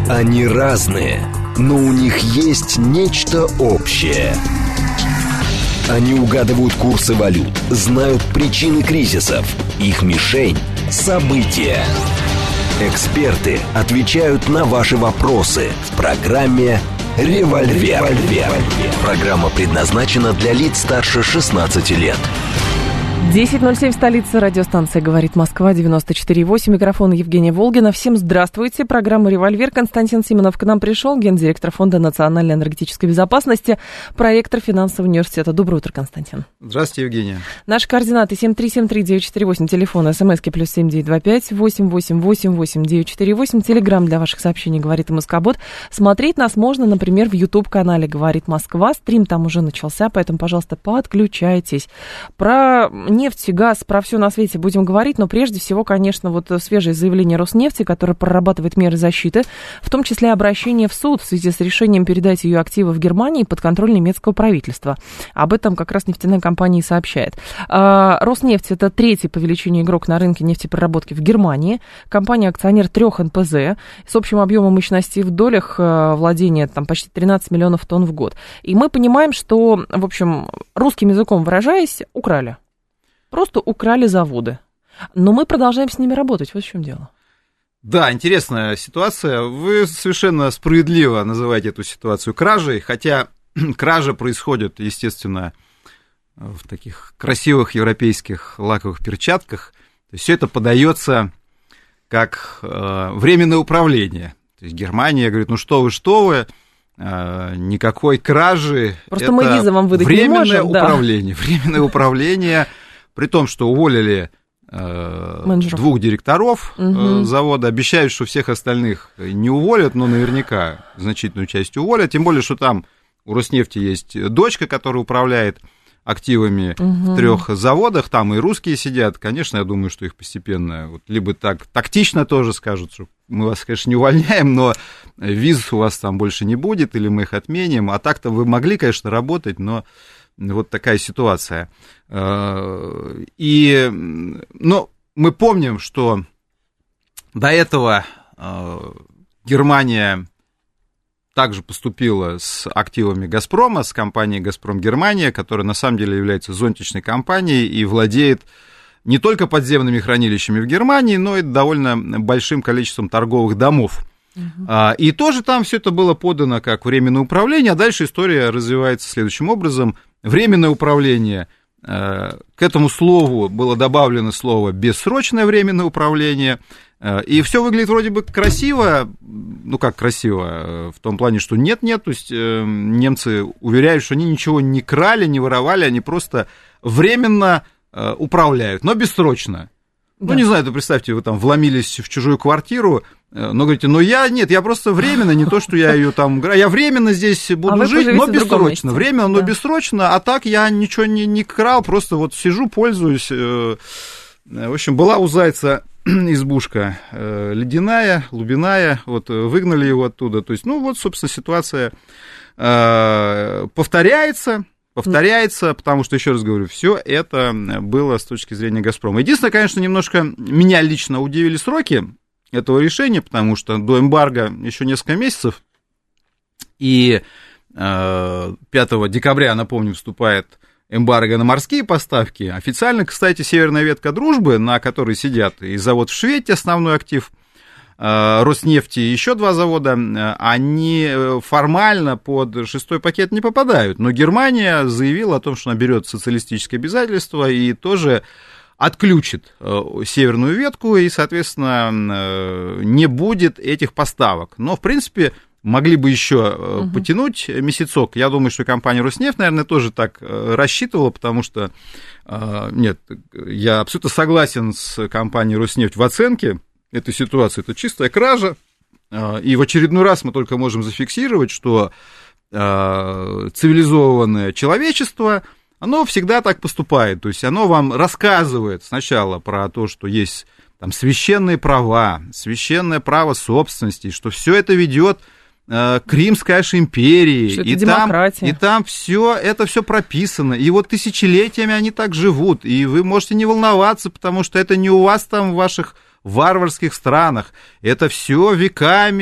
Они разные, но у них есть нечто общее. Они угадывают курсы валют, знают причины кризисов. Их мишень – события. Эксперты отвечают на ваши вопросы в программе «Револьвер». Программа предназначена для лиц старше 16 лет. 10:07 в столице. Радиостанция «Говорит Москва», 94,8. Микрофон Евгения Волгина. Всем здравствуйте. Программа «Револьвер». Константин Симонов к нам пришел, гендиректор Фонда национальной энергетической безопасности, проректор финансового университета. Доброе утро, Константин. Здравствуйте, Евгения. Наши координаты 7373948, телефон, смски +7 925 888 8948, телеграмм для ваших сообщений «Говорит МСК-бот». Смотреть нас можно, например, в YouTube-канале «Говорит Москва». Стрим там уже начался, поэтому, пожалуйста, подключайтесь. Про нефть, газ, про все на свете будем говорить, но прежде всего, конечно, вот свежее заявление Роснефти, которое прорабатывает меры защиты, в том числе обращение в суд в связи с решением передать ее активы в Германии под контроль немецкого правительства. Об этом как раз нефтяная компания и сообщает. Роснефть – это третий по величине игрок на рынке нефтепереработки в Германии. Компания акционер 3 НПЗ с общим объемом мощностей в долях владения там, почти 13 миллионов тонн в год. И мы понимаем, что, в общем, русским языком выражаясь, украли. Просто украли заводы. Но мы продолжаем с ними работать. Вот в чем дело. Да, интересная ситуация. Вы совершенно справедливо называете эту ситуацию кражей, хотя кража происходит, естественно, в таких красивых европейских лаковых перчатках. То есть все это подается как временное управление. То есть Германия говорит, ну что вы, никакой кражи. Просто это мы визы вам выдать не можем. Управление, да. Временное управление. При том, что уволили 2 директоров завода, обещают, что всех остальных не уволят, но наверняка значительную часть уволят, тем более, что там у Роснефти есть дочка, которая управляет активами в 3 заводах, там и русские сидят, конечно, я думаю, что их постепенно, вот, либо так тактично тоже скажут, что мы вас, конечно, не увольняем, но виз у вас там больше не будет, или мы их отменим, а так-то вы могли, конечно, работать, но вот такая ситуация. Но мы помним, что до этого Германия также поступила с активами «Газпрома», с компанией «Газпром Германия», которая на самом деле является зонтичной компанией и владеет не только подземными хранилищами в Германии, но и довольно большим количеством торговых домов. И тоже там все это было подано как временное управление, а дальше история развивается следующим образом. Временное управление, к этому слову было добавлено слово «бессрочное временное управление», и все выглядит вроде бы красиво, ну как красиво, в том плане, что нет, то есть немцы уверяют, что они ничего не крали, не воровали, они просто временно управляют, но бессрочно. Да. Ну, не знаю, это представьте, вы там вломились в чужую квартиру, но говорите, я просто временно, не то, что я ее там, я временно здесь буду жить, но бессрочно, временно, но бессрочно, а так я ничего не крал, просто вот сижу, пользуюсь. В общем, была у зайца избушка ледяная, лубиная, вот выгнали его оттуда, то есть, ну, вот, собственно, ситуация повторяется, потому что, еще раз говорю, все это было с точки зрения «Газпрома». Единственное, конечно, немножко меня лично удивили сроки этого решения, потому что до эмбарго еще несколько месяцев, и 5 декабря, напомню, вступает эмбарго на морские поставки. Официально, кстати, северная ветка дружбы, на которой сидят и завод в Швейте, основной актив Роснефти, и еще 2 завода, они формально под 6-й пакет не попадают. Но Германия заявила о том, что она берет социалистическое обязательство и тоже отключит северную ветку, и, соответственно, не будет этих поставок. Но, в принципе, могли бы еще потянуть месяцок. Я думаю, что компания Роснефть, наверное, тоже так рассчитывала, потому что, нет, я абсолютно согласен с компанией Роснефть в оценке этой ситуации. Это чистая кража, и в очередной раз мы только можем зафиксировать, что цивилизованное человечество, оно всегда так поступает, то есть оно вам рассказывает сначала про то, что есть там священные права, священное право собственности, что все это ведет к Римской аж империи, и там все это все прописано, и вот тысячелетиями они так живут, и вы можете не волноваться, потому что это не у вас там в ваших варварских странах, это все веками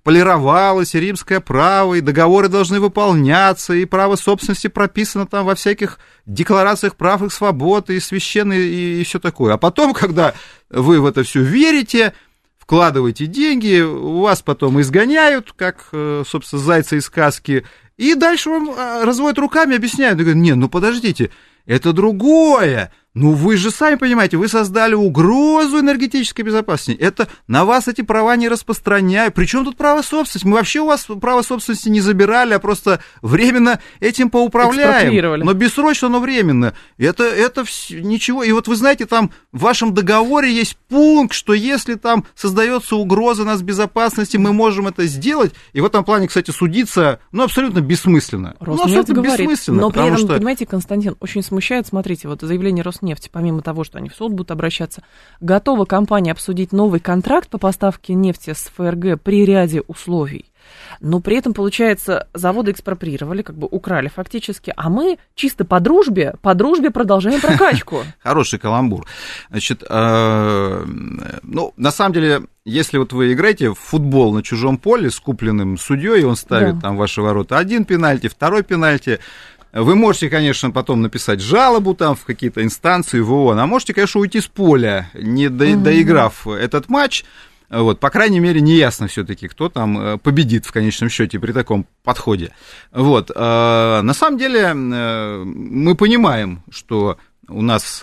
полировалось римское право, и договоры должны выполняться, и право собственности прописано там во всяких декларациях прав и свобод, и священные, и все такое. А потом, когда вы в это все верите, вкладываете деньги, у вас потом изгоняют, как, собственно, зайца из сказки, и дальше вам разводят руками, объясняют, и говорят, не, ну подождите, это другое. Ну, вы же сами понимаете, вы создали угрозу энергетической безопасности. Это на вас эти права не распространяют. Причем тут право собственности? Мы вообще у вас право собственности не забирали, а просто временно этим поуправляем. Но бессрочно, но временно. Это ничего. И вот вы знаете, там в вашем договоре есть пункт, что если там создается угроза нас безопасности, мы можем это сделать. И в этом плане, кстати, судиться, ну, абсолютно бессмысленно. Роснефть говорит, бессмысленно, но при этом, понимаете, Константин, очень смущает, смотрите, вот заявление Роснефти, помимо того, что они в суд будут обращаться, готова компания обсудить новый контракт по поставке нефти с ФРГ при ряде условий. Но при этом, получается, заводы экспроприировали, как бы украли фактически, а мы чисто по дружбе продолжаем прокачку. Хороший каламбур. Значит, ну, на самом деле, если вот вы играете в футбол на чужом поле с купленным судьей, и он ставит там в ваши ворота один пенальти, второй пенальти, вы можете, конечно, потом написать жалобу там в какие-то инстанции в ООН, а можете, конечно, уйти с поля, не доиграв этот матч. Вот, по крайней мере, неясно все-таки, кто там победит в конечном счете при таком подходе. Вот, на самом деле мы понимаем, что у нас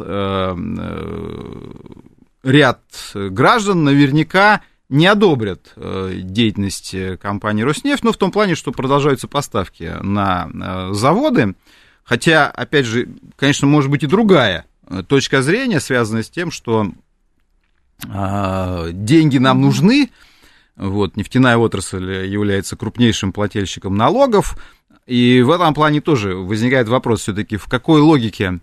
ряд граждан наверняка не одобрят деятельность компании «Роснефть», но в том плане, что продолжаются поставки на заводы, хотя, опять же, конечно, может быть и другая точка зрения, связанная с тем, что деньги нам нужны, вот, нефтяная отрасль является крупнейшим плательщиком налогов, и в этом плане тоже возникает вопрос все-таки, в какой логике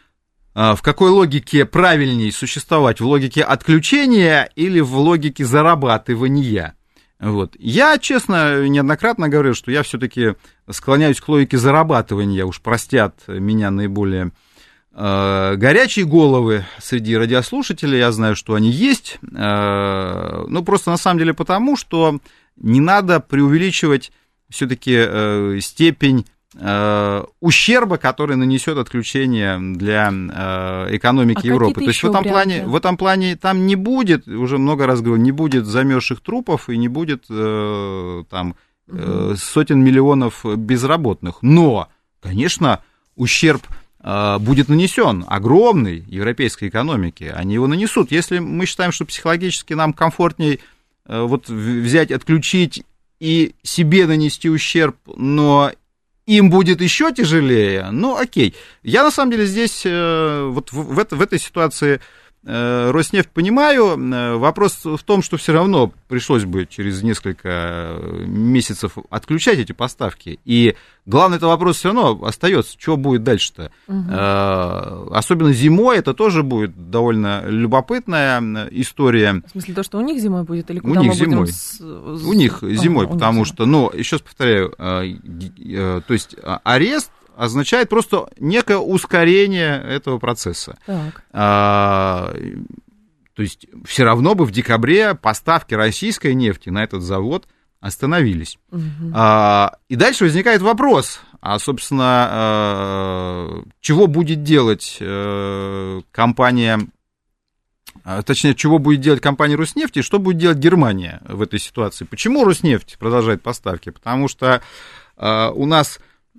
правильней существовать, в логике отключения или в логике зарабатывания? Вот. Я, честно, неоднократно говорил, что я все-таки склоняюсь к логике зарабатывания, уж простят меня наиболее горячие головы среди радиослушателей, я знаю, что они есть, ну, просто на самом деле потому, что не надо преувеличивать все-таки степень ущерба, который нанесет отключение для экономики Европы. То есть в этом плане там не будет, уже много раз говорю, не будет замерзших трупов и не будет там сотен миллионов безработных. Но, конечно, ущерб будет нанесен огромный европейской экономике. Они его нанесут. Если мы считаем, что психологически нам комфортнее вот взять, отключить и себе нанести ущерб, но им будет еще тяжелее, ну окей. Я на самом деле здесь вот в этой ситуации Роснефть понимаю. Вопрос в том, что все равно пришлось бы через несколько месяцев отключать эти поставки. И главный это вопрос все равно остается, что будет дальше-то. Особенно зимой это тоже будет довольно любопытная история. В смысле, то, что у них зимой будет, или куда мы будем? У них зимой, потому что, ну, еще раз повторяю, то есть арест означает просто некое ускорение этого процесса. То есть все равно бы в декабре поставки российской нефти на этот завод остановились. И дальше возникает вопрос, а, собственно, чего будет делать компания, точнее, чего будет делать компания «Роснефть» и что будет делать Германия в этой ситуации? Почему «Роснефть» продолжает поставки? Потому что у нас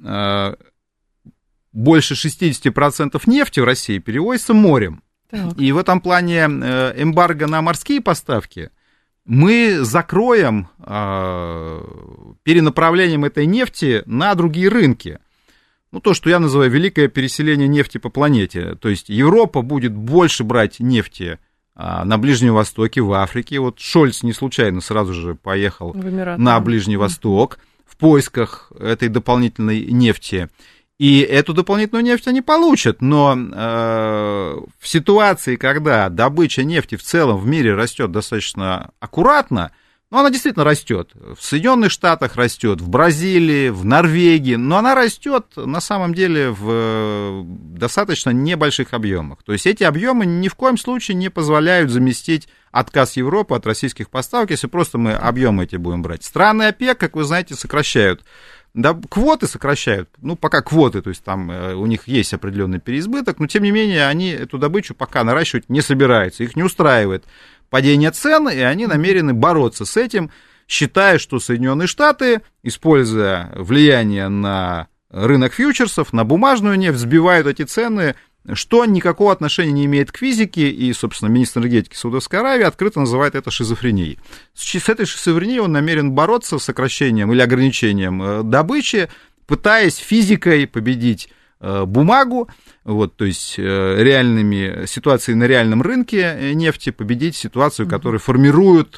больше 60% нефти в России перевозится морем. Так. И в этом плане эмбарго на морские поставки мы закроем перенаправлением этой нефти на другие рынки. Ну, то, что я называю великое переселение нефти по планете. То есть Европа будет больше брать нефти на Ближнем Востоке, в Африке. Вот Шольц не случайно сразу же поехал на Ближний Восток в поисках этой дополнительной нефти. И эту дополнительную нефть они получат, но в ситуации, когда добыча нефти в целом в мире растет достаточно аккуратно, Ну, она действительно растет. В Соединенных Штатах растет, в Бразилии, в Норвегии, но она растет на самом деле в достаточно небольших объемах. То есть эти объемы ни в коем случае не позволяют заместить отказ Европы от российских поставок, если просто мы объемы эти будем брать. Страны ОПЕК, как вы знаете, сокращают. Да, квоты сокращают, ну, пока квоты, то есть там у них есть определенный переизбыток, но, тем не менее, они эту добычу пока наращивать не собираются, их не устраивает падение цен, и они намерены бороться с этим, считая, что Соединенные Штаты, используя влияние на рынок фьючерсов, на бумажную нефть, сбивают эти цены, что никакого отношения не имеет к физике, и, собственно, министр энергетики Саудовской Аравии открыто называет это шизофренией. С этой шизофренией он намерен бороться сокращением или ограничением добычи, пытаясь физикой победить бумагу, вот, то есть реальными ситуацией на реальном рынке нефти, победить ситуацию, которую формируют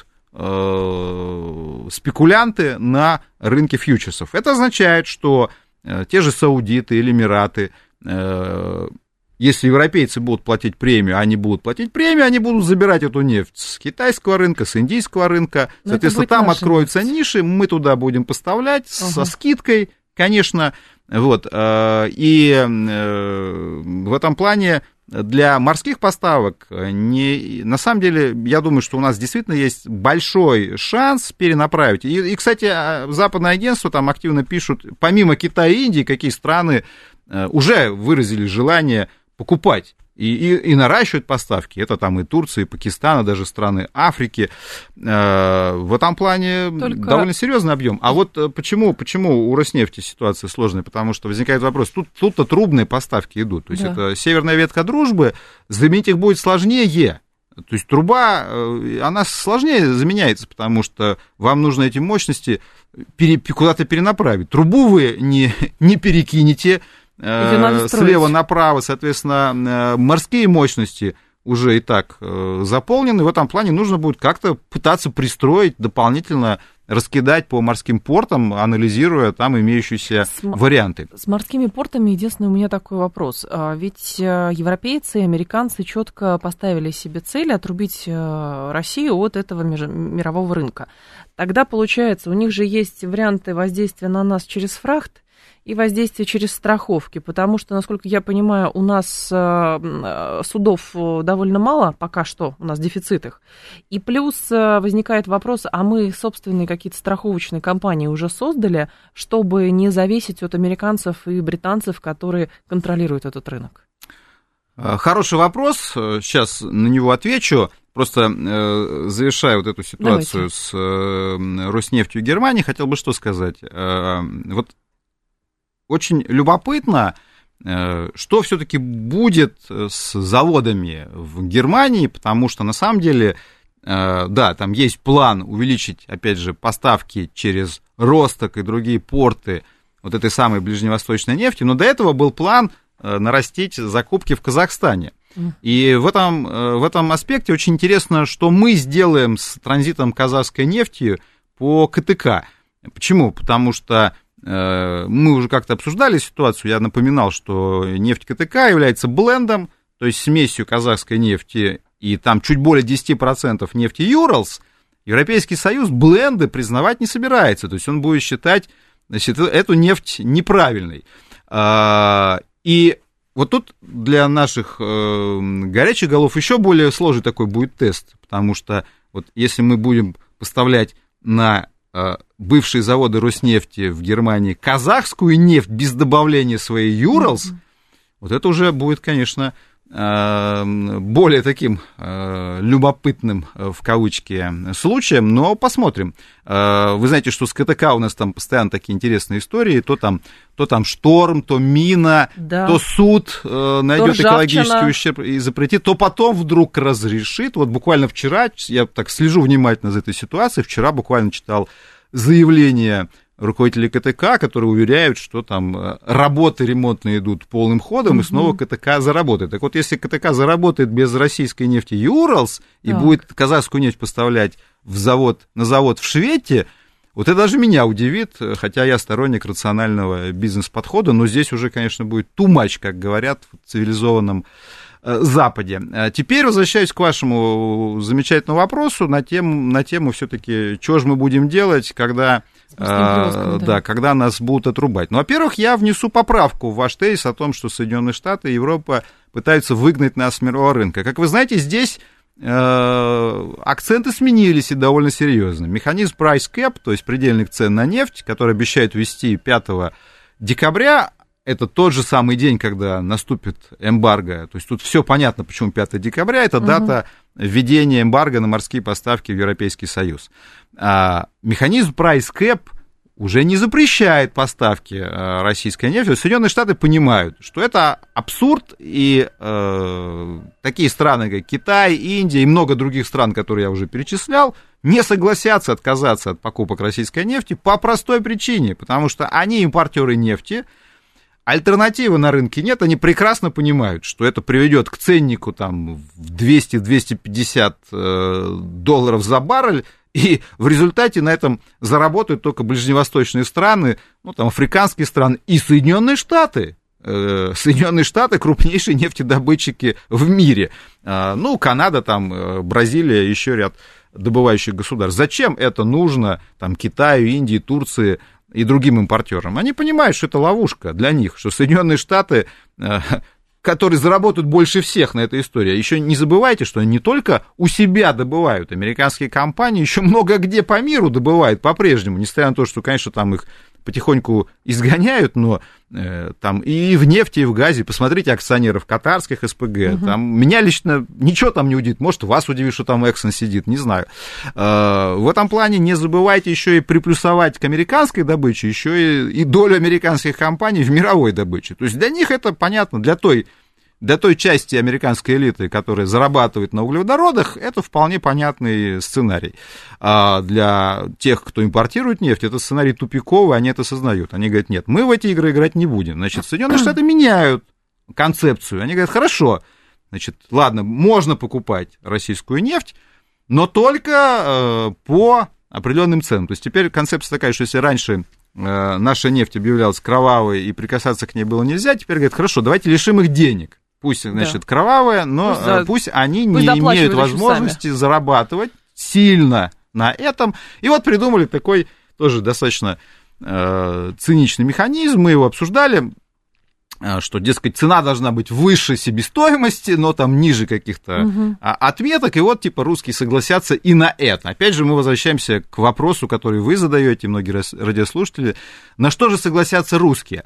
спекулянты на рынке фьючерсов. Это означает, что те же саудиты или эмираты, если европейцы будут платить премию, они будут забирать эту нефть с китайского рынка, с индийского рынка, соответственно, там откроются ниши, мы туда будем поставлять со скидкой, конечно, вот, и в этом плане для морских поставок, на самом деле, я думаю, что у нас действительно есть большой шанс перенаправить. И, кстати, западное агентство там активно пишут, помимо Китая и Индии, какие страны уже выразили желание покупать и наращивать поставки. Это там и Турция, и Пакистан, и даже страны Африки. В этом плане довольно серьезный объем. А вот почему у Роснефти ситуация сложная? Потому что возникает вопрос, тут-то трубные поставки идут. То есть это северная ветка дружбы, заменить их будет сложнее. То есть труба, она сложнее заменяется, потому что вам нужно эти мощности куда-то перенаправить. Трубу вы не перекинете слева направо, соответственно, морские мощности уже и так заполнены. В этом плане нужно будет как-то пытаться пристроить, дополнительно раскидать по морским портам, анализируя там имеющиеся варианты. С морскими портами единственный у меня такой вопрос. Ведь европейцы и американцы четко поставили себе цель отрубить Россию от этого мирового рынка. Тогда, получается, у них же есть варианты воздействия на нас через фрахт и воздействие через страховки, потому что, насколько я понимаю, у нас судов довольно мало, пока что у нас дефицит их. И плюс возникает вопрос, а мы собственные какие-то страховочные компании уже создали, чтобы не зависеть от американцев и британцев, которые контролируют этот рынок? Хороший вопрос, сейчас на него отвечу. Просто завершая вот эту ситуацию с Роснефтью и Германией, хотел бы что сказать. Вот очень любопытно, что все-таки будет с заводами в Германии, потому что на самом деле, да, там есть план увеличить, опять же, поставки через Росток и другие порты вот этой самой ближневосточной нефти, но до этого был план нарастить закупки в Казахстане. И в этом аспекте очень интересно, что мы сделаем с транзитом казахской нефти по КТК. Почему? Потому что мы уже как-то обсуждали ситуацию, я напоминал, что нефть КТК является блендом, то есть смесью казахской нефти, и там чуть более 10% нефти Юралс. Европейский Союз бленды признавать не собирается, то есть он будет считать, значит, эту нефть неправильной. И вот тут для наших горячих голов еще более сложный такой будет тест, потому что вот если мы будем поставлять на бывшие заводы Роснефти в Германии казахскую нефть без добавления своей Юралс, вот это уже будет, конечно, более таким любопытным, в кавычки, случаем, но посмотрим. Вы знаете, что с КТК у нас там постоянно такие интересные истории, то там шторм, то мина, да, то суд найдет экологический ущерб и запретит, то потом вдруг разрешит. Вот буквально вчера, я так слежу внимательно за этой ситуацией, вчера буквально читал заявление руководителей КТК, которые уверяют, что там работы ремонтные идут полным ходом, и снова КТК заработает. Так вот, если КТК заработает без российской нефти Юралс и будет казахскую нефть поставлять на завод в Шведе, вот это даже меня удивит, хотя я сторонник рационального бизнес-подхода, но здесь уже, конечно, будет too much, как говорят в цивилизованном Западе. Теперь возвращаюсь к вашему замечательному вопросу на тему все-таки, что же мы будем делать, когда нас будут отрубать. Ну, во-первых, я внесу поправку в ваш тезис о том, что Соединенные Штаты и Европа пытаются выгнать нас с мирового рынка. Как вы знаете, здесь акценты сменились и довольно серьезно. Механизм price cap, то есть предельных цен на нефть, который обещают ввести 5 декабря, это тот же самый день, когда наступит эмбарго. То есть тут все понятно, почему 5 декабря, это дата введения эмбарго на морские поставки в Европейский Союз. Механизм price cap уже не запрещает поставки российской нефти. Соединенные Штаты понимают, что это абсурд, и такие страны, как Китай, Индия и много других стран, которые я уже перечислял, не согласятся отказаться от покупок российской нефти по простой причине, потому что они импортеры нефти, альтернативы на рынке нет, они прекрасно понимают, что это приведет к ценнику там, в 200-250 долларов за баррель, и в результате на этом заработают только ближневосточные страны, ну, там, африканские страны и Соединенные Штаты. Соединенные Штаты крупнейшие нефтедобытчики в мире. Ну, Канада, там, Бразилия, еще ряд добывающих государств. Зачем это нужно там, Китаю, Индии, Турции и другим импортерам? Они понимают, что это ловушка для них, что Соединенные Штаты, которые заработают больше всех на этой истории. Еще не забывайте, что они не только у себя добывают, американские компании еще много где по миру добывают по-прежнему, несмотря на то, что, конечно, там их потихоньку изгоняют, но там и в нефти, и в газе. Посмотрите акционеров катарских СПГ. Там, меня лично ничего там не удивит. Может, вас удивит, что там Эксон сидит, не знаю. В этом плане не забывайте еще и приплюсовать к американской добыче, еще и долю американских компаний в мировой добыче. То есть для них это понятно, для той части американской элиты, которая зарабатывает на углеводородах, это вполне понятный сценарий. А для тех, кто импортирует нефть, это сценарий тупиковый, они это осознают. Они говорят, нет, мы в эти игры играть не будем. Значит, Соединенные Штаты меняют концепцию. Они говорят, хорошо, значит, ладно, можно покупать российскую нефть, но только по определенным ценам. То есть теперь концепция такая, что если раньше наша нефть объявлялась кровавой и прикасаться к ней было нельзя, теперь говорят, хорошо, давайте лишим их денег. Пусть, значит, кровавая, но пусть они не имеют возможности зарабатывать сильно на этом. И вот придумали такой тоже достаточно циничный механизм, мы его обсуждали, что, дескать, цена должна быть выше себестоимости, но там ниже каких-то отметок, и вот, типа, русские согласятся и на это. Опять же, мы возвращаемся к вопросу, который вы задаете, многие радиослушатели, на что же согласятся русские?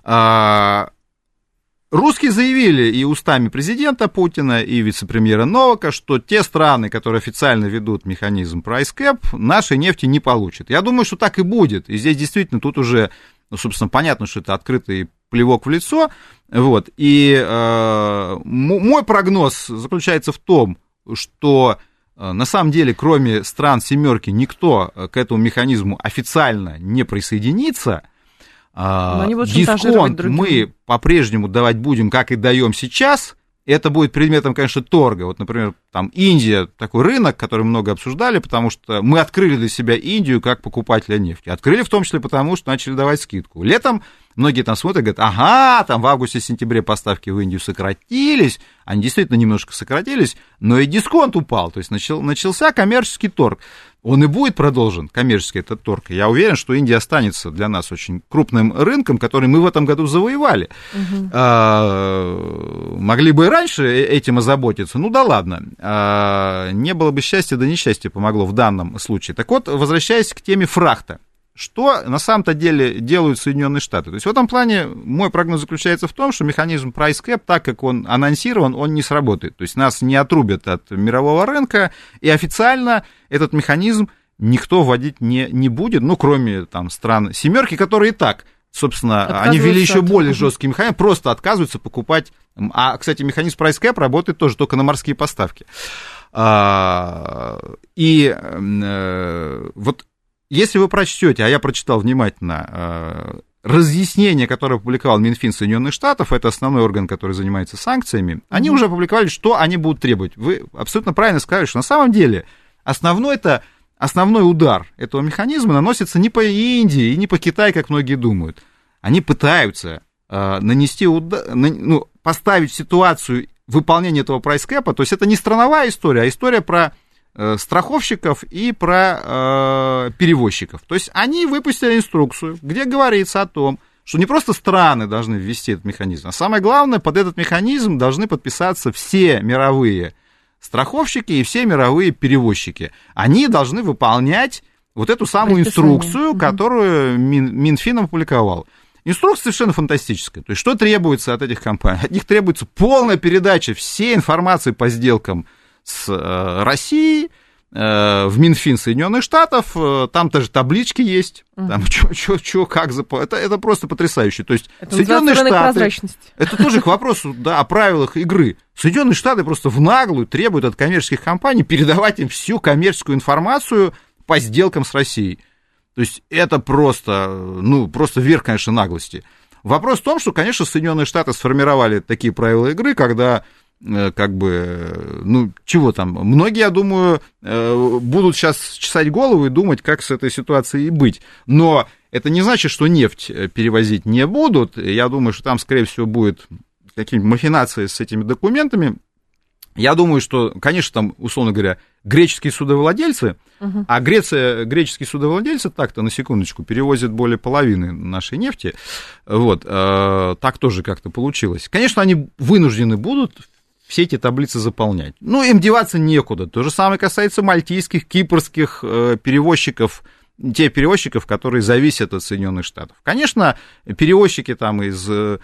Русские заявили и устами президента Путина, и вице-премьера Новака, что те страны, которые официально ведут механизм price cap, нашей нефти не получат. Я думаю, что так и будет. И здесь действительно тут уже, ну, собственно, понятно, что это открытый плевок в лицо. Вот. И мой прогноз заключается в том, что на самом деле, кроме стран «семерки», никто к этому механизму официально не присоединится. Дисконт мы по-прежнему давать будем, как и даем сейчас. Это будет предметом, конечно, торга. Вот, например, там Индия, такой рынок, который много обсуждали, потому что мы открыли для себя Индию как покупателя нефти. Открыли в том числе потому, что начали давать скидку. Летом многие там смотрят и говорят, ага, там в августе-сентябре поставки в Индию сократились. Они действительно немножко сократились, но и дисконт упал. То есть начался коммерческий торг. Он и будет продолжен, коммерческий этот торг. Я уверен, что Индия останется для нас очень крупным рынком, который мы в этом году завоевали. Могли бы и раньше этим озаботиться, ну да ладно. Не было бы счастья, да несчастье помогло в данном случае. Так вот, возвращаясь к теме фрахта. Что на самом-то деле делают Соединенные Штаты? То есть в этом плане мой прогноз заключается в том, что механизм price cap, так как он анонсирован, он не сработает. То есть нас не отрубят от мирового рынка, и официально этот механизм никто вводить не будет, ну, кроме там стран «семерки», которые и так, собственно, они ввели еще более жесткий механизм, просто отказываются покупать. А, кстати, механизм price cap работает тоже только на морские поставки. И вот если вы прочтете, а я прочитал внимательно, разъяснение, которое опубликовал Минфин Соединенных Штатов, это основной орган, который занимается санкциями, они уже опубликовали, что они будут требовать. Вы абсолютно правильно сказали, что на самом деле основной удар этого механизма наносится не по Индии и не по Китаю, как многие думают. Они пытаются нанести удар, поставить ситуацию выполнения этого прайскэпа, то есть это не страновая история, а история про страховщиков и про перевозчиков. То есть они выпустили инструкцию, где говорится о том, что не просто страны должны ввести этот механизм, а самое главное, под этот механизм должны подписаться все мировые страховщики и все мировые перевозчики. Они должны выполнять вот эту самую инструкцию, которую Минфин опубликовал. Инструкция совершенно фантастическая. То есть что требуется от этих компаний? От них требуется полная передача всей информации по сделкам с Россией в Минфин Соединенных Штатов, там тоже таблички есть, там это просто потрясающе. То есть это Соединенные Штаты, это тоже к вопросу, да, о правилах игры. Соединенные Штаты просто в наглую требуют от коммерческих компаний передавать им всю коммерческую информацию по сделкам с Россией. То есть это просто верх, конечно, наглости. Вопрос в том, что, конечно, Соединенные Штаты сформировали такие правила игры, когда чего там, многие, я думаю, будут сейчас чесать голову и думать, как с этой ситуацией быть. Но это не значит, что нефть перевозить не будут. Я думаю, что там, скорее всего, будет какие-нибудь махинации с этими документами. Я думаю, что, конечно, там, условно говоря, греческие судовладельцы, а греческие судовладельцы, так-то, на секундочку, перевозят более половины нашей нефти, вот, так тоже как-то получилось. Конечно, они вынуждены будут все эти таблицы заполнять. Ну, им деваться некуда. То же самое касается мальтийских, кипрских перевозчиков, те перевозчиков, которые зависят от Соединенных Штатов. Конечно, перевозчики там из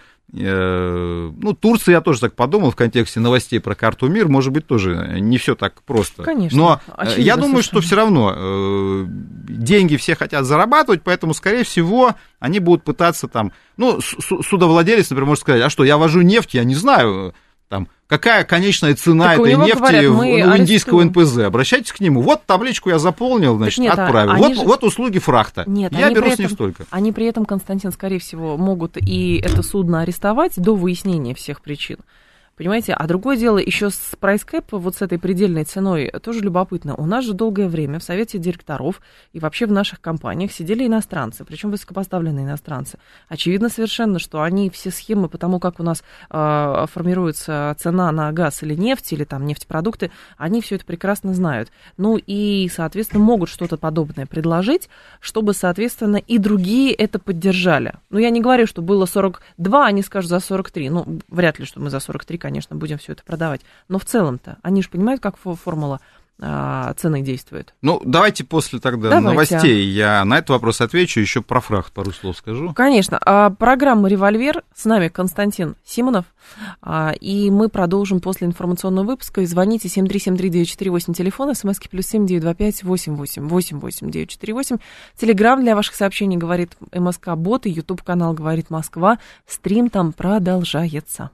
Турции, я тоже так подумал в контексте новостей про карту МИР, может быть, тоже не все так просто. Конечно. Но я думаю, что все равно деньги все хотят зарабатывать, поэтому, скорее всего, они будут пытаться там... судовладелец, например, может сказать, а что, я вожу нефть, я не знаю... Там, какая конечная цена этой нефти говорят, у индийского НПЗ? Обращайтесь к нему. Вот табличку я заполнил, значит, отправил. Вот услуги фрахта. Нет, я беру с них столько. Они при этом, Константин, скорее всего, могут и это судно арестовать до выяснения всех причин. Понимаете? А другое дело, еще с прайскэп, вот с этой предельной ценой, тоже любопытно. У нас же долгое время в совете директоров и вообще в наших компаниях сидели иностранцы, причем высокопоставленные иностранцы. Очевидно совершенно, что они все схемы по тому, как у нас формируется цена на газ или нефть, или там нефтепродукты, они все это прекрасно знают. Ну и, соответственно, могут что-то подобное предложить, чтобы, соответственно, и другие это поддержали. Ну, я не говорю, что было 42, они скажут за 43. Ну, вряд ли, что мы за 43, конечно, будем все это продавать. Но в целом-то они же понимают, как формула цены действует. Ну, давайте после тогда новостей я на этот вопрос отвечу, еще про фрахт пару слов скажу. Конечно. Программа «Револьвер». С нами Константин Симонов. И мы продолжим после информационного выпуска. Звоните 7373948, телефон, смски +7 925 88 88 948. Телеграм для ваших сообщений говорит МСК-бот, и YouTube-канал говорит Москва. Стрим там продолжается.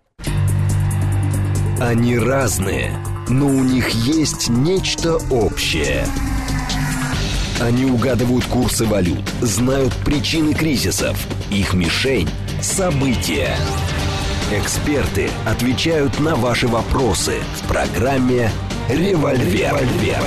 Они разные, но у них есть нечто общее. Они угадывают курсы валют, знают причины кризисов. Их мишень – события. Эксперты отвечают на ваши вопросы в программе «Револьвер».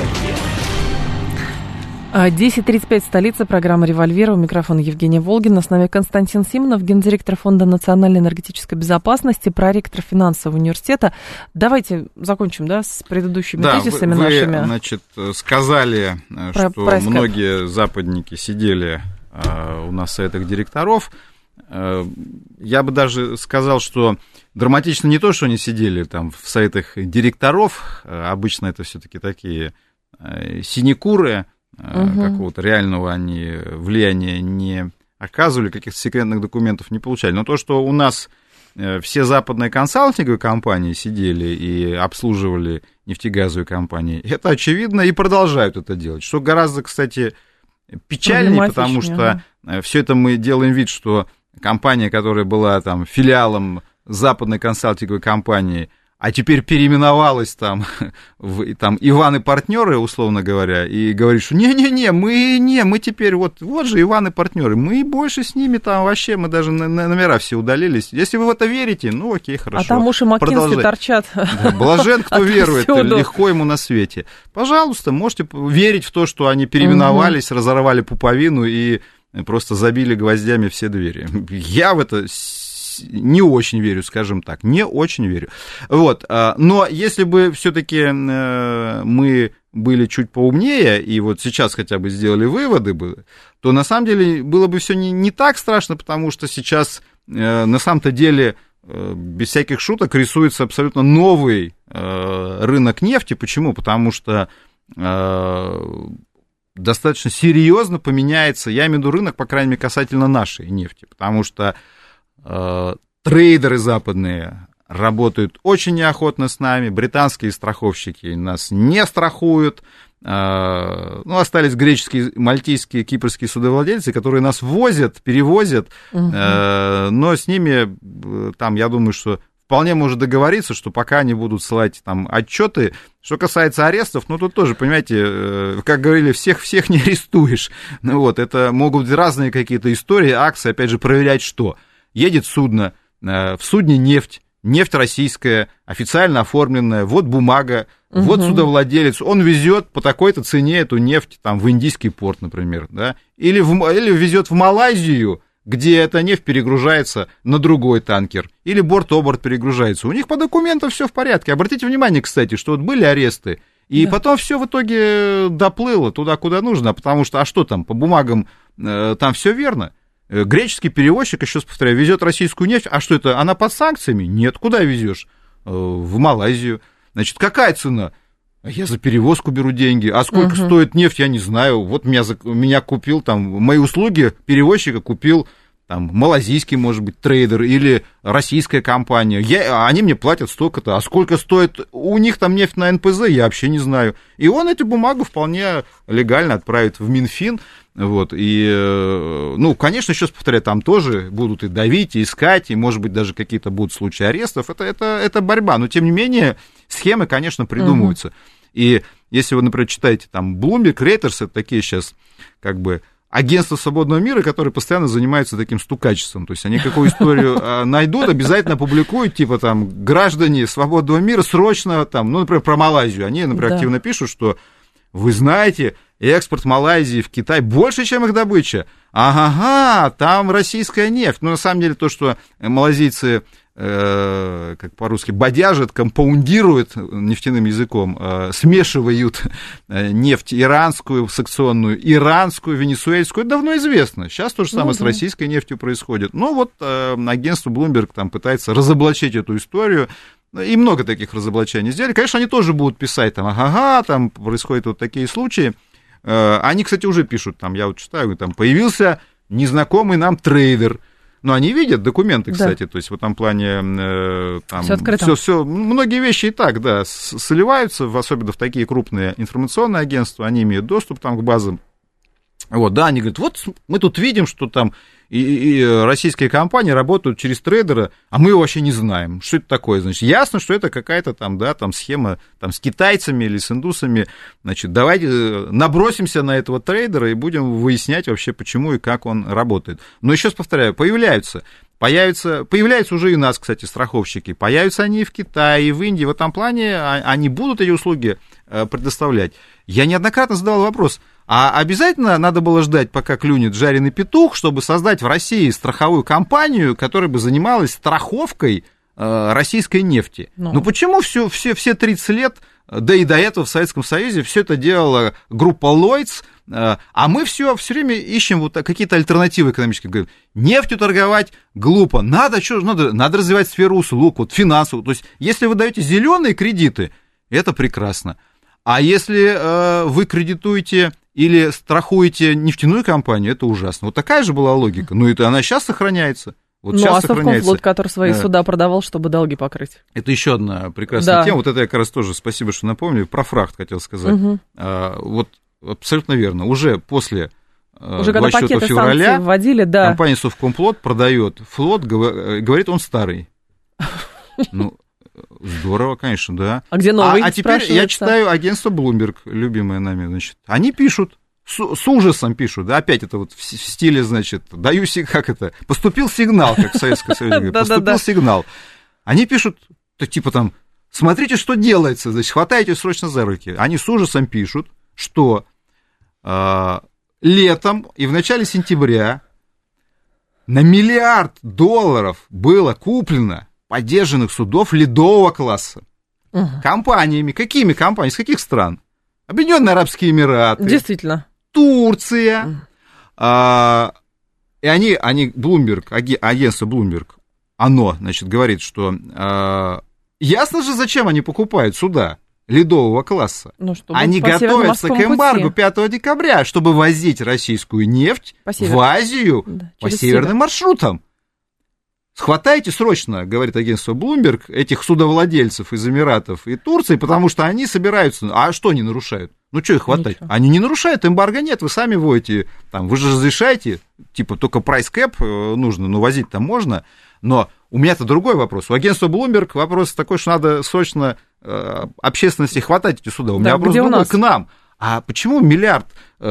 10:35, столица, программа «Револьвер». У микрофона Евгения Волгина. С нами Константин Симонов, гендиректор Фонда национальной энергетической безопасности, проректор финансового университета. Давайте закончим, с предыдущими тезисами нашими. Вы, значит, сказали, что многие западники сидели у нас в советах директоров. Я бы даже сказал, что драматично не то, что они сидели там в советах директоров. Обычно это все-таки такие синекуры. Какого-то реального они влияния не оказывали, каких-то секретных документов не получали. Но то, что у нас все западные консалтинговые компании сидели и обслуживали нефтегазовые компании, это очевидно, и продолжают это делать. Что гораздо, кстати, печальнее, потому что все это мы делаем вид, что компания, которая была там филиалом западной консалтинговой компании, а теперь переименовалась там Иван и партнеры, условно говоря, и говорит, что мы теперь вот же Иван и партнеры, мы больше с ними там вообще, мы даже номера все удалились. Если вы в это верите, окей, хорошо. А там уж и Маккинзи торчат. Да, блажен, кто верует, легко ему на свете. Пожалуйста, можете верить в то, что они переименовались, разорвали пуповину и просто забили гвоздями все двери. Я в это не очень верю, скажем так, не очень верю. Вот, но если бы все-таки мы были чуть поумнее, и вот сейчас хотя бы сделали выводы бы, то на самом деле было бы все не так страшно, потому что сейчас на самом-то деле, без всяких шуток, рисуется абсолютно новый рынок нефти. Почему? Потому что достаточно серьезно поменяется, я имею в виду рынок, по крайней мере, касательно нашей нефти, потому что трейдеры западные работают очень неохотно с нами, британские страховщики нас не страхуют, остались греческие, мальтийские, кипрские судовладельцы, которые нас возят, перевозят, но с ними, там, я думаю, что вполне может договориться, что пока они будут ссылать там отчеты. Что касается арестов, тут тоже, понимаете, как говорили, всех не арестуешь. Это могут быть разные какие-то истории, акции, опять же, проверять что. Едет судно, в судне нефть российская, официально оформленная, вот бумага, вот судовладелец, он везет по такой-то цене эту нефть там, в Индийский порт, например, да, или везет в Малайзию, где эта нефть перегружается на другой танкер, или борт-оборт перегружается. У них по документам все в порядке. Обратите внимание, кстати, что вот были аресты, и потом все в итоге доплыло туда, куда нужно, потому что, а что там, по бумагам там все верно. Греческий перевозчик, еще раз повторяю, везет российскую нефть, а что это, она под санкциями? Нет, куда везешь? В Малайзию. Значит, какая цена? Я за перевозку беру деньги. А сколько стоит нефть, я не знаю. Вот меня купил, там, мои услуги перевозчика купил, там, малазийский, может быть, трейдер или российская компания. Они мне платят столько-то. А сколько стоит у них там нефть на НПЗ, я вообще не знаю. И он эту бумагу вполне легально отправит в Минфин. Вот, и, конечно, еще раз повторяю, там тоже будут и давить, и искать, и, может быть, даже какие-то будут случаи арестов. Это борьба, но, тем не менее, схемы, конечно, придумываются. И если вы, например, читаете там Bloomberg, Reuters, это такие сейчас, как бы, агентства свободного мира, которые постоянно занимаются таким стукачеством. То есть они какую историю найдут, обязательно опубликуют, типа там, граждане свободного мира срочно, там, например, про Малайзию. Они, например, активно пишут, что вы знаете, экспорт Малайзии в Китай больше, чем их добыча. Ага, там российская нефть. На самом деле, то, что малазийцы, как по-русски, бодяжат, компаундируют нефтяным языком, смешивают нефть иранскую, санкционную, иранскую, венесуэльскую, это давно известно. Сейчас то же самое с российской нефтью происходит. Агентство Bloomberg там пытается разоблачить эту историю. И много таких разоблачений сделали. Конечно, они тоже будут писать, там происходят вот такие случаи. Они, кстати, уже пишут, там, я вот читаю, там, появился незнакомый нам трейдер. Но они видят документы, кстати, то есть в этом плане там, все, многие вещи и так, сливаются, особенно в такие крупные информационные агентства, они имеют доступ там к базам. Они говорят, вот мы тут видим, что там и российские компании работают через трейдера, а мы его вообще не знаем, что это такое. Значит, ясно, что это какая-то там, схема там, с китайцами или с индусами. Значит, давайте набросимся на этого трейдера и будем выяснять вообще, почему и как он работает. Но еще раз повторяю, появляются уже и у нас, кстати, страховщики, появятся они и в Китае, и в Индии, в этом плане они будут эти услуги предоставлять. Я неоднократно задавал вопрос, а обязательно надо было ждать, пока клюнет жареный петух, чтобы создать в России страховую компанию, которая бы занималась страховкой российской нефти? Почему все 30 лет, да и до этого в Советском Союзе, все это делала группа Lloyds, а мы все время ищем какие-то альтернативы экономические. Говорим, нефтью торговать глупо, надо развивать сферу услуг, финансовую. То есть, если вы даете зеленые кредиты, это прекрасно. А если вы кредитуете или страхуете нефтяную компанию, это ужасно. Вот такая же была логика. Это она сейчас сохраняется. А Совкомфлот, который свои суда продавал, чтобы долги покрыть. Это еще одна прекрасная тема. Это я как раз тоже, спасибо, что напомнили, про фрахт хотел сказать. Абсолютно верно. Уже после 24 февраля вводили, компания Совкомфлот продает флот, говорит, он старый. Здорово, конечно, да. А где новый? А теперь я читаю агентство Bloomberg, любимое нами, значит. Они пишут, с ужасом пишут, опять это в стиле, значит, поступил сигнал, как в Советском Союзе говорят, поступил сигнал. Они пишут, типа там, смотрите, что делается, значит, хватайте срочно за руки. Они с ужасом пишут, что летом и в начале сентября На $1 миллиард было куплено подержанных судов ледового класса. Компаниями. Какими компаниями? Из каких стран? Объединенные Арабские Эмираты. Действительно. Турция. И они Bloomberg, агентство Bloomberg, оно, значит, говорит, что ясно же, зачем они покупают суда ледового класса. Они готовятся к эмбарго 5 декабря, чтобы возить российскую нефть в Азию по северным маршрутам. Схватайте срочно, говорит агентство Bloomberg, этих судовладельцев из Эмиратов и Турции, потому что они собираются... А что они нарушают? Ну, что их хватать? Ничего. Они не нарушают, эмбарго нет, вы сами вводите, там, вы же разрешаете, типа, только прайс-кэп нужно, но возить там можно. Но у меня-то другой вопрос. У агентства Bloomberg вопрос такой, что надо срочно общественности хватать эти суда. У меня вопрос другой к нам. А почему $1 миллиард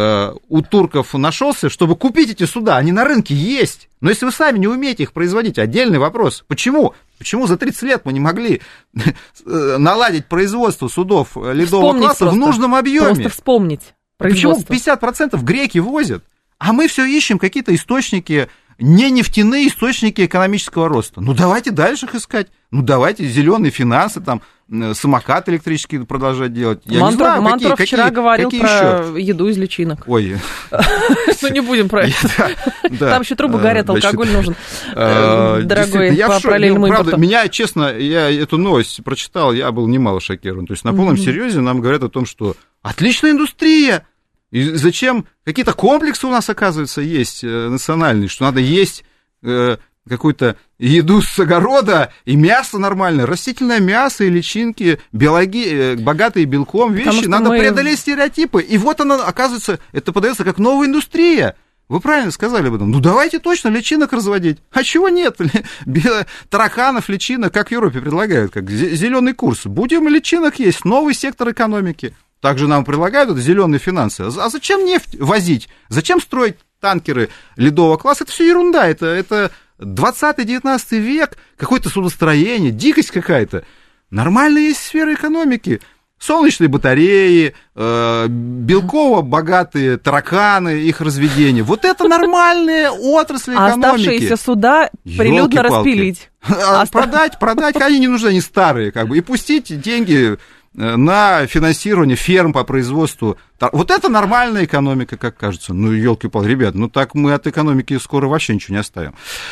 у турков нашелся, чтобы купить эти суда? Они на рынке есть. Но если вы сами не умеете их производить, отдельный вопрос. Почему? Почему за 30 лет мы не могли наладить производство судов ледового класса в нужном объеме? Просто вспомнить производство. Почему 50% греки возят, а мы все ищем какие-то источники, не нефтяные источники экономического роста? Ну, давайте дальше их искать. Ну, давайте зеленые финансы, там, самокат электрический продолжать делать. Я не знаю, Мантров вчера говорил про еду из личинок. Ой. Ну, не будем про это. Там еще трубы горят, алкоголь нужен. Дорогой, по параллельному импорту. Меня, честно, я эту новость прочитал, я был немало шокирован. То есть на полном серьезе нам говорят о том, что отличная индустрия. И зачем? Какие-то комплексы у нас, оказывается, есть национальные, что надо есть какую-то еду с огорода и мясо нормальное, растительное мясо и личинки, богатые белком вещи. Надо преодолеть стереотипы. И вот она, оказывается, это подается как новая индустрия. Вы правильно сказали об этом. Ну, давайте точно личинок разводить. А чего нет? Тараканов, личинок, как в Европе предлагают, как зеленый курс. Будем личинок есть, новый сектор экономики. Также нам предлагают зеленые финансы. А зачем нефть возить? Зачем строить танкеры ледового класса? Это все ерунда. Это 20-19 век, какое-то судостроение, дикость какая-то. Нормальная есть сфера экономики. Солнечные батареи, белково-богатые тараканы, их разведение. Вот это нормальные отрасли экономики. А оставшиеся суда прилюдно распилить. Продать, они не нужны, они старые, как бы, и пустить деньги на финансирование ферм по производству. Вот это нормальная экономика, как кажется. Ну, елки-палки, ребят, ну так мы от экономики скоро вообще ничего не оставим.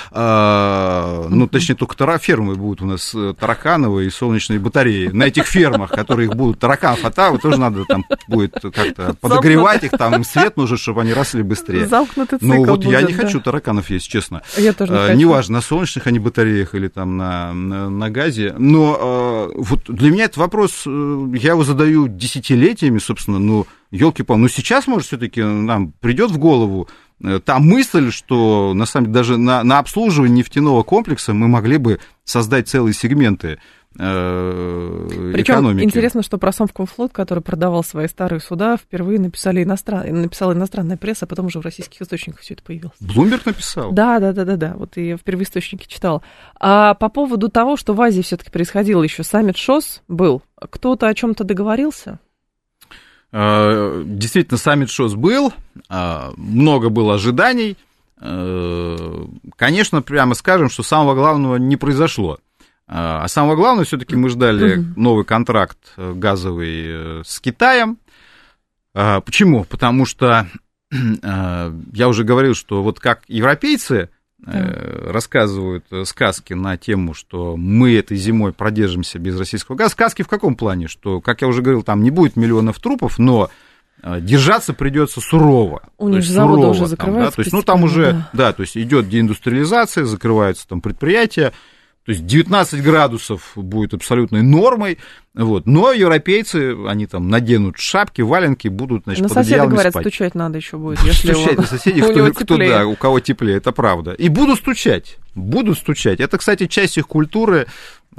Ну, точнее, только фермы будут у нас таракановые и солнечные батареи. На этих фермах, которые их будут тараканов, тоже надо там будет как-то подогревать их, там им свет нужен, чтобы они росли быстрее. Замкнутый цикл. Ну, вот я не хочу тараканов есть, честно. Я тоже не хочу. Неважно, на солнечных они батареях или там на газе. Но вот для меня этот вопрос, я его задаю десятилетиями, собственно, ну, елки-палки, ну сейчас, может, все-таки нам придет в голову та мысль, что, на самом деле, даже на обслуживание нефтяного комплекса мы могли бы создать целые сегменты экономики. Причем интересно, что про Совкомфлот, который продавал свои старые суда, впервые написала иностранная пресса, а потом уже в российских источниках все это появилось. Bloomberg написал? Да, вот и я в первоисточнике читала. А по поводу того, что в Азии все-таки происходило еще, саммит ШОС был, кто-то о чем-то договорился? Действительно, саммит ШОС был, много было ожиданий. Конечно, прямо скажем, что самого главного не произошло. А самое главное, все-таки мы ждали новый контракт газовый с Китаем. Почему? Потому что я уже говорил, что вот как европейцы рассказывают сказки на тему, что мы этой зимой продержимся без российского газа. Сказки в каком плане? Что, как я уже говорил, там не будет миллионов трупов, но держаться придется сурово. У них заводы уже закрываются. То есть, ну, там уже, то есть идет деиндустриализация, закрываются там предприятия. То есть 19 градусов будет абсолютной нормой, вот. Но европейцы, они там наденут шапки, валенки, будут, значит, под одеялами говорят, спать. Стучать надо еще будет, если стучать на соседей, у кого теплее, это правда. И будут стучать. Это, кстати, часть их культуры,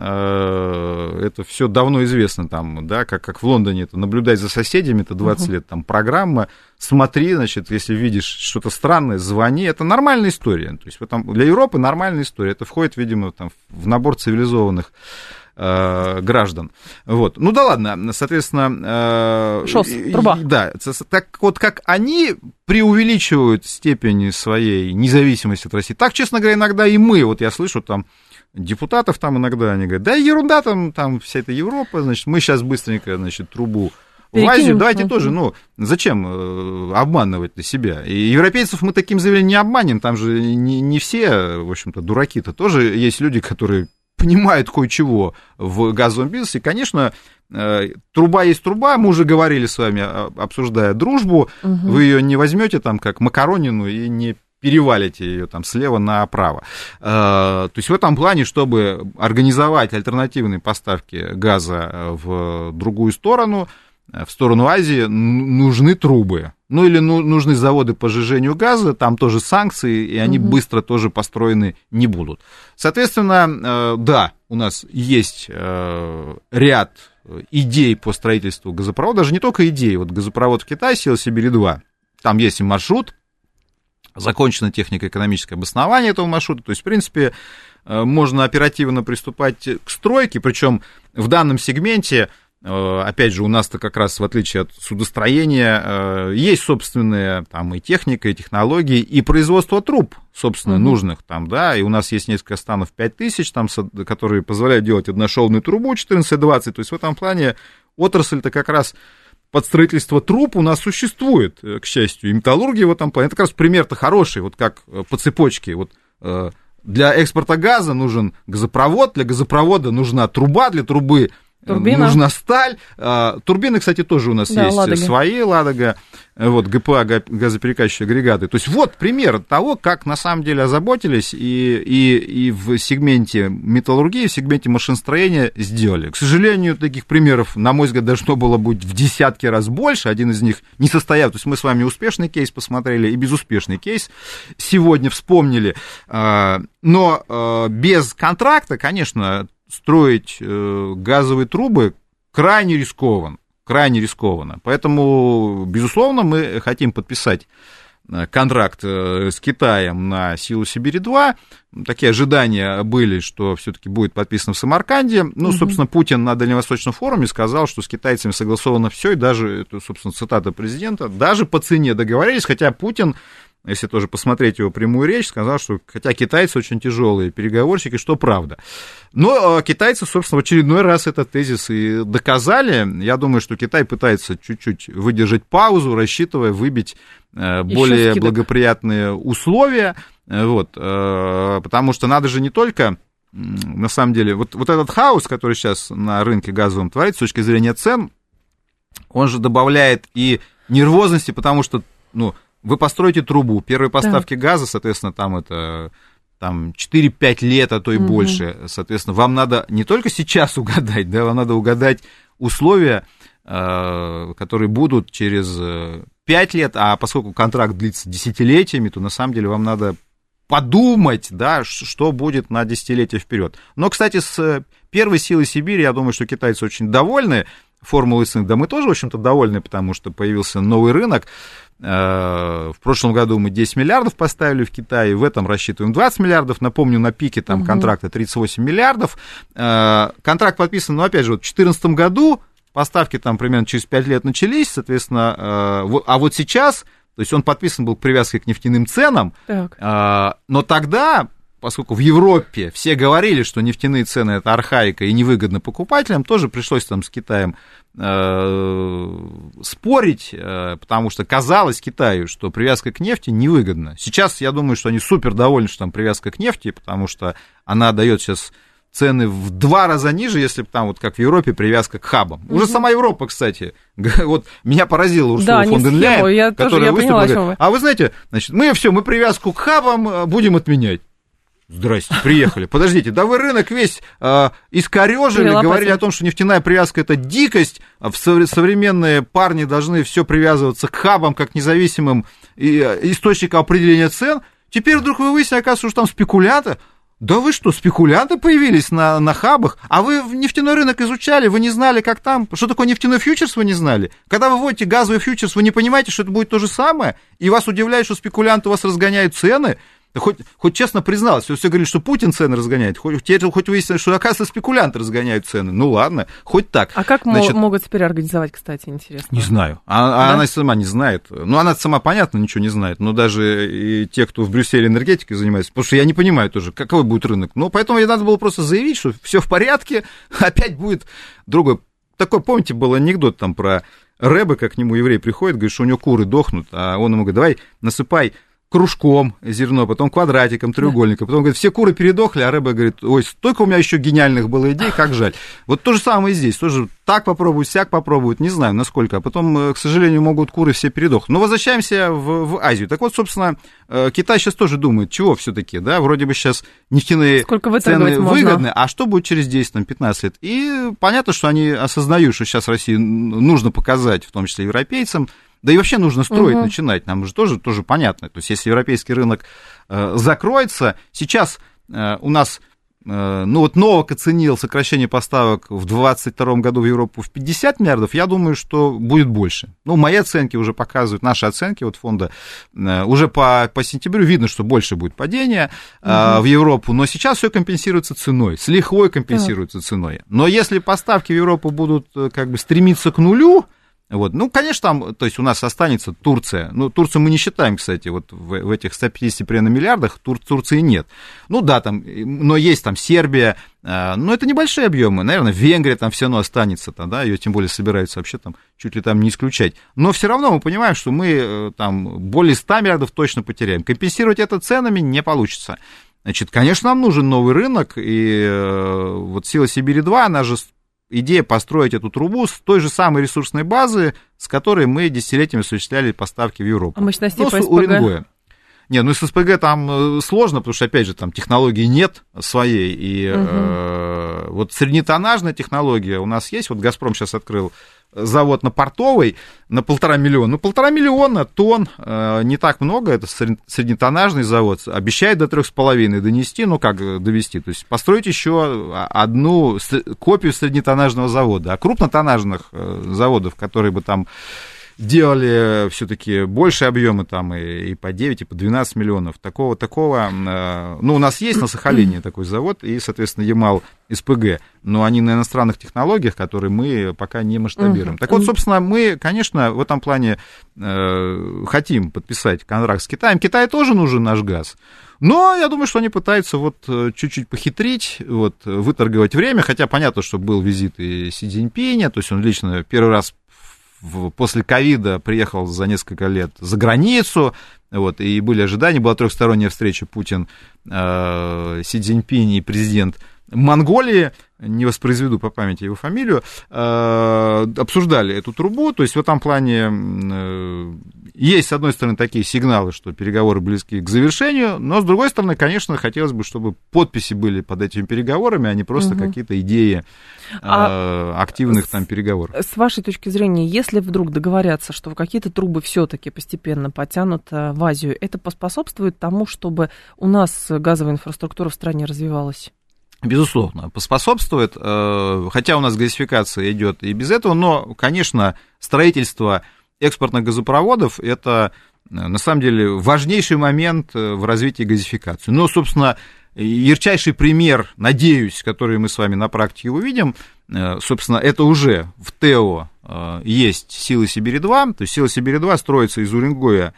это все давно известно там, да, как в Лондоне, это наблюдать за соседями, это 20 лет, там программа, смотри, значит, если видишь что-то странное, звони, это нормальная история, то есть для Европы нормальная история, это входит, видимо, там, в набор цивилизованных граждан. Вот. Ну да ладно, соответственно... ШОС, труба. Да, так вот как они преувеличивают степень своей независимости от России, так, честно говоря, иногда и мы, вот я слышу там депутатов там иногда, они говорят, да ерунда там вся эта Европа, значит, мы сейчас быстренько, значит, трубу в Азию, давайте тоже, ну, зачем обманывать себя? И европейцев мы таким заявлением не обманем, там же не все, в общем-то, дураки-то, тоже есть люди, которые понимают кое-чего в газовом бизнесе. Конечно, труба есть труба, мы уже говорили с вами, обсуждая дружбу, вы ее не возьмете там как макаронину и не перевалите ее там слева направо. То есть в этом плане, чтобы организовать альтернативные поставки газа в другую сторону, в сторону Азии, нужны трубы. Ну, или нужны заводы по сжижению газа, там тоже санкции, и они быстро тоже построены не будут. Соответственно, да, у нас есть ряд идей по строительству газопровода, даже не только идей. Вот газопровод в Китае, Сила-Сибирь-2, там есть и маршрут, закончено технико-экономическое обоснование этого маршрута, то есть, в принципе, можно оперативно приступать к стройке, причем в данном сегменте, опять же, у нас-то как раз, в отличие от судостроения, есть собственная там и техника, и технологии, и производство труб, собственно, нужных там, да, и у нас есть несколько станов 5000, там, которые позволяют делать одношовную трубу 14-20, то есть в этом плане отрасль-то как раз под строительство труб у нас существует, к счастью, и металлургия в этом плане. Это как раз пример-то хороший, вот как по цепочке, вот для экспорта газа нужен газопровод, для газопровода нужна труба, для трубы турбина. Нужна сталь. Турбины, кстати, тоже у нас есть Ладога. Свои, Ладога, вот, ГПА, газоперекачивающие агрегаты. То есть вот пример того, как на самом деле озаботились и в сегменте металлургии, в сегменте машиностроения сделали. К сожалению, таких примеров, на мой взгляд, должно было быть в десятки раз больше. Один из них не состоял. То есть мы с вами успешный кейс посмотрели и безуспешный кейс сегодня вспомнили. Но без контракта, конечно, строить газовые трубы крайне рискованно. Поэтому, безусловно, мы хотим подписать контракт с Китаем на Силу-Сибирь-2. Такие ожидания были, что все-таки будет подписано в Самарканде. Ну, собственно, Путин на Дальневосточном форуме сказал, что с китайцами согласовано все, и даже, это, собственно, цитата президента, даже по цене договорились, хотя Путин, если тоже посмотреть его прямую речь, сказал, что хотя китайцы очень тяжелые переговорщики, что правда. Но китайцы, собственно, в очередной раз этот тезис и доказали. Я думаю, что Китай пытается чуть-чуть выдержать паузу, рассчитывая выбить более благоприятные условия. Вот, потому что надо же не только, на самом деле, вот этот хаос, который сейчас на рынке газовом творится с точки зрения цен, он же добавляет и нервозности, потому что, ну, вы построите трубу, первые поставки газа, соответственно, там это там 4-5 лет, а то и больше. Соответственно, вам надо не только сейчас угадать, да, вам надо угадать условия, которые будут через 5 лет, а поскольку контракт длится десятилетиями, то на самом деле вам надо подумать, да, что будет на десятилетия вперед. Но, кстати, с первой силой Сибири, я думаю, что китайцы очень довольны. Формулой ЦИН, да, мы тоже, в общем-то, довольны, потому что появился новый рынок. В прошлом году мы 10 миллиардов поставили в Китае, в этом рассчитываем 20 миллиардов. Напомню, на пике там контракта 38 миллиардов. Контракт подписан, но, опять же, вот в 2014 году поставки там примерно через 5 лет начались, соответственно, а вот сейчас, то есть он подписан был к привязке к нефтяным ценам, но тогда, поскольку в Европе все говорили, что нефтяные цены это архаика и невыгодно покупателям, тоже пришлось там с Китаем спорить, потому что казалось Китаю, что привязка к нефти невыгодна. Сейчас я думаю, что они супер довольны, что там привязка к нефти, потому что она дает сейчас цены в 2 раза ниже, если бы там вот как в Европе привязка к хабам. Уже сама Европа, кстати, вот меня поразила Урсула фон дер Ляйен, которая выступила, говорит, а вы знаете, значит, мы привязку к хабам будем отменять. Здрасте, приехали. Подождите, да вы рынок весь искорёжили, говорили о том, что нефтяная привязка – это дикость, современные парни должны все привязываться к хабам, как независимым источникам определения цен. Теперь вдруг вы выясните, оказывается, что там спекулянты. Да вы что, спекулянты появились на хабах? А вы нефтяной рынок изучали, вы не знали, как там? Что такое нефтяной фьючерс, вы не знали? Когда вы вводите газовый фьючерс, вы не понимаете, что это будет то же самое? И вас удивляет, что спекулянты у вас разгоняют цены? Да хоть честно призналась, все говорили, что Путин цены разгоняет, хоть выяснилось, что, оказывается, спекулянты разгоняют цены. Ну ладно, хоть так. А как могут теперь организовать, кстати, интересно? Не знаю. Она сама не знает. Ну, она сама, понятно, ничего не знает. Но даже и те, кто в Брюсселе энергетикой занимается, потому что я не понимаю тоже, какой будет рынок. Ну, поэтому ей надо было просто заявить, что все в порядке, опять будет другой. Такой, помните, был анекдот там про Рэбе, как к нему еврей приходит, говорит, что у него куры дохнут, а он ему говорит, давай насыпай кружком зерно, потом квадратиком, треугольником. Потом, говорит, все куры передохли, а Рэбе говорит, ой, столько у меня еще гениальных было идей, как жаль. Вот то же самое и здесь, тоже так попробуют, сяк попробуют, не знаю, насколько. А потом, к сожалению, могут куры все передохнуть. Но возвращаемся в Азию. Так вот, собственно, Китай сейчас тоже думает, чего все-таки, да, вроде бы сейчас нефтяные цены выгодны, а что будет через 10-15 лет? И понятно, что они осознают, что сейчас России нужно показать, в том числе европейцам, да и вообще нужно строить, начинать, нам же тоже понятно. То есть, если европейский рынок закроется, сейчас у нас, Новак оценил сокращение поставок в 2022 году в Европу в 50 миллиардов, я думаю, что будет больше. Мои оценки уже показывают, наши оценки фонда, уже по сентябрю видно, что больше будет падения в Европу, но сейчас все компенсируется ценой, с лихвой компенсируется ценой. Но если поставки в Европу будут стремиться к нулю, конечно, там, то есть у нас останется Турция. Турцию мы не считаем, кстати, в этих 150 примерно миллиардах Турции нет. Но есть там Сербия, но это небольшие объемы. Наверное, Венгрия там все равно останется, да, ее тем более собираются вообще там чуть ли там не исключать. Но все равно мы понимаем, что мы там более 100 миллиардов точно потеряем. Компенсировать это ценами не получится. Значит, конечно, нам нужен новый рынок, и «Сила Сибири-2», она же идея построить эту трубу с той же самой ресурсной базы, с которой мы десятилетиями осуществляли поставки в Европу. А мощности по СПГ? Уренгоя. С СПГ там сложно, потому что, опять же, там технологии нет своей. И среднетоннажная технология у нас есть. «Газпром» сейчас открыл завод на Портовой на 1,5 миллиона. 1,5 миллиона тонн, не так много, это среднетоннажный завод. Обещает до 3,5 донести, довести. То есть построить еще одну копию среднетоннажного завода. А крупнотоннажных заводов, которые бы там делали все-таки больше объемы, там и по 9, и по 12 миллионов. Такого. У нас есть на Сахалине такой завод, и, соответственно, Ямал СПГ, но они на иностранных технологиях, которые мы пока не масштабируем. Так вот, собственно, мы, конечно, в этом плане хотим подписать контракт с Китаем. Китаю тоже нужен наш газ. Но я думаю, что они пытаются чуть-чуть похитрить, выторговать время, хотя понятно, что был визит и Си Цзиньпиня, то есть он лично первый раз после ковида приехал за несколько лет за границу, и были ожидания, была трехсторонняя встреча Путин, Си Цзиньпинь и президент Монголии, не воспроизведу по памяти его фамилию, обсуждали эту трубу, то есть в этом плане есть, с одной стороны, такие сигналы, что переговоры близки к завершению, но, с другой стороны, конечно, хотелось бы, чтобы подписи были под этими переговорами, а не просто какие-то идеи активных там переговоров. С вашей точки зрения, если вдруг договорятся, что какие-то трубы все-таки постепенно потянут в Азию, это поспособствует тому, чтобы у нас газовая инфраструктура в стране развивалась? Безусловно, поспособствует, хотя у нас газификация идет и без этого, но, конечно, строительство экспортных газопроводов – это, на самом деле, важнейший момент в развитии газификации. Но, собственно, ярчайший пример, надеюсь, который мы с вами на практике увидим, собственно, это уже в ТЭО есть «Сила Сибири-2», то есть «Сила Сибири-2» строится из Уренгоя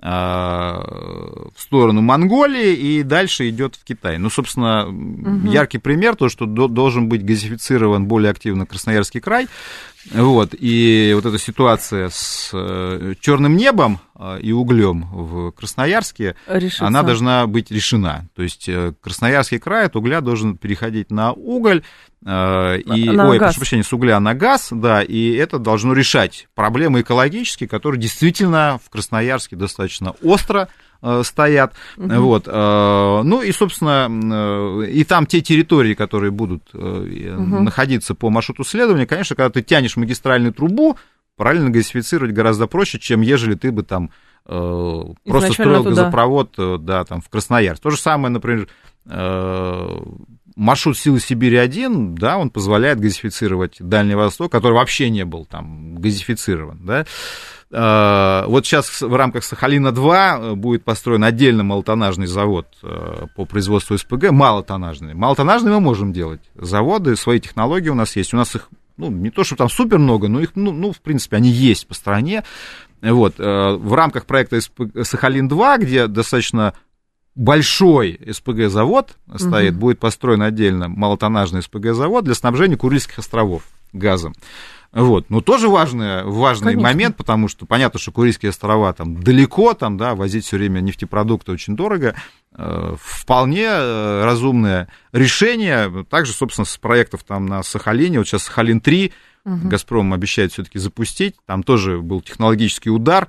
в сторону Монголии и дальше идет в Китай. Собственно, яркий пример, то, что должен быть газифицирован более активно Красноярский край. И эта ситуация с черным небом и углем в Красноярске, она должна быть решена. То есть Красноярский край от угля должен переходить на уголь, прошу прощения, с угля на газ, да, и это должно решать проблемы экологические, которые действительно в Красноярске достаточно остро стоят. И, собственно, и там те территории, которые будут находиться по маршруту следования, конечно, когда ты тянешь магистральную трубу, параллельно газифицировать гораздо проще, чем ежели ты бы там просто строил газопровод там, в Красноярск. То же самое, например, маршрут «Силы Сибири-1», да, он позволяет газифицировать Дальний Восток, который вообще не был там газифицирован, да. Вот сейчас в рамках Сахалина-2 будет построен отдельно малотоннажный завод по производству СПГ, малотоннажный. Малотоннажный мы можем делать. Заводы, свои технологии у нас есть. У нас их, не то, что там супер много, но их, в принципе, они есть по стране. Вот. В рамках проекта Сахалин-2, где достаточно большой СПГ-завод стоит, будет построен отдельно малотоннажный СПГ-завод для снабжения Курильских островов газом. Вот. Но тоже важный момент, потому что понятно, что Курильские острова там далеко, там, да, возить все время нефтепродукты очень дорого. Вполне разумное решение. Также, собственно, с проектов там на Сахалине, вот сейчас Сахалин-3, «Газпром» обещает все-таки запустить, там тоже был технологический удар,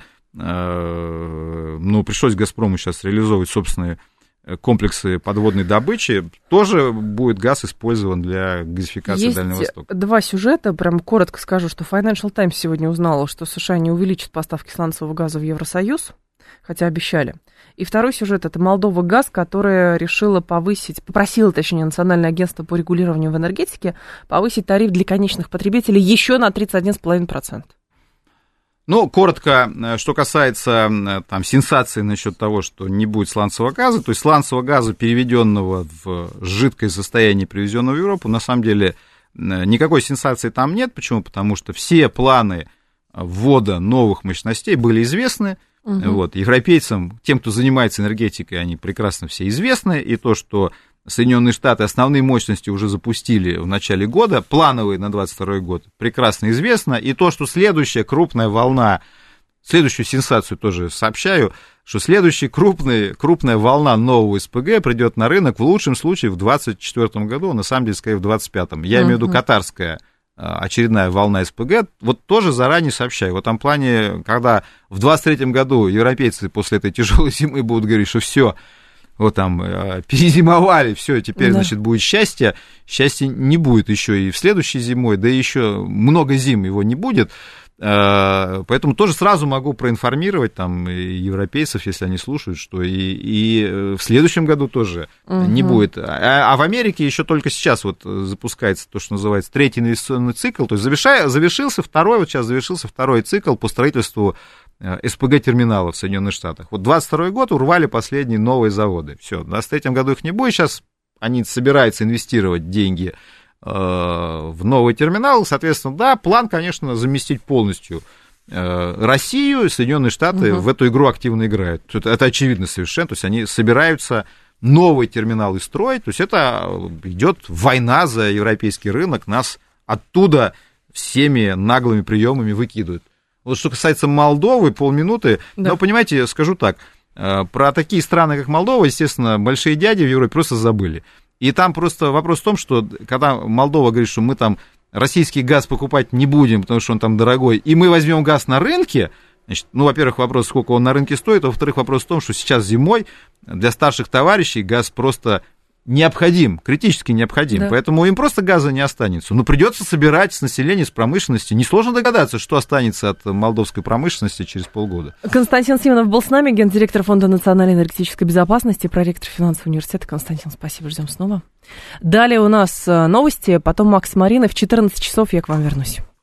но пришлось «Газпрому» сейчас реализовывать собственные комплексы подводной добычи, тоже будет газ использован для газификации Дальнего Востока. Есть два сюжета, прям коротко скажу, что Financial Times сегодня узнала, что США не увеличат поставки сланцевого газа в Евросоюз, хотя обещали. И второй сюжет – это Молдова Газ, которая попросила Национальное агентство по регулированию в энергетике повысить тариф для конечных потребителей еще на 31,5%. Коротко, что касается там сенсации насчет того, что не будет сланцевого газа, то есть сланцевого газа, переведенного в жидкое состояние, привезенного в Европу, на самом деле никакой сенсации там нет. Почему? Потому что все планы ввода новых мощностей были известны. Вот, европейцам, тем, кто занимается энергетикой, они прекрасно все известны, и то, что Соединенные Штаты основные мощности уже запустили в начале года, плановые на 2022 год, прекрасно известно, и то, что следующая крупная волна, следующую сенсацию тоже сообщаю, что следующая крупная волна нового СПГ придет на рынок в лучшем случае в 2024 году, на самом деле, скорее в 2025. Я имею в виду катарская очередная волна СПГ, вот тоже заранее сообщаю. В этом плане, когда в 2023 году европейцы после этой тяжелой зимы будут говорить, что все, вот там перезимовали, все, теперь, значит, будет счастье. Счастья не будет еще и в следующей зимой, да и еще много зим его не будет. Поэтому тоже сразу могу проинформировать там европейцев, если они слушают, что и в следующем году тоже не будет. А в Америке еще только сейчас вот запускается то, что называется третий инвестиционный цикл, то есть завершился второй цикл по строительству СПГ-терминалов в Соединенных Штатах. Вот 22 год урвали последние новые заводы. Все, в 23 году их не будет, сейчас они собираются инвестировать деньги в новый терминал, соответственно, да, план, конечно, заместить полностью Россию, Соединенные Штаты в эту игру активно играют. Это очевидно совершенно, то есть они собираются новые терминалы строить, то есть это идет война за европейский рынок, нас оттуда всеми наглыми приемами выкидывают. Вот что касается Молдовы, полминуты, но, понимаете, скажу так, про такие страны, как Молдова, естественно, большие дяди в Европе просто забыли. И там просто вопрос в том, что когда Молдова говорит, что мы там российский газ покупать не будем, потому что он там дорогой, и мы возьмем газ на рынке, значит, вово-первых, вопрос, сколько он на рынке стоит, а во-вторых, вопрос в том, что сейчас зимой для старших товарищей газ просто необходим, критически необходим, поэтому им просто газа не останется. Но придется собирать с населения, с промышленности. Несложно догадаться, что останется от молдовской промышленности через полгода. Константин Симонов был с нами, гендиректор Фонда национальной энергетической безопасности, проректор финансового университета. Константин, спасибо, ждем снова. Далее у нас новости, потом Макс Марина. В 14 часов я к вам вернусь.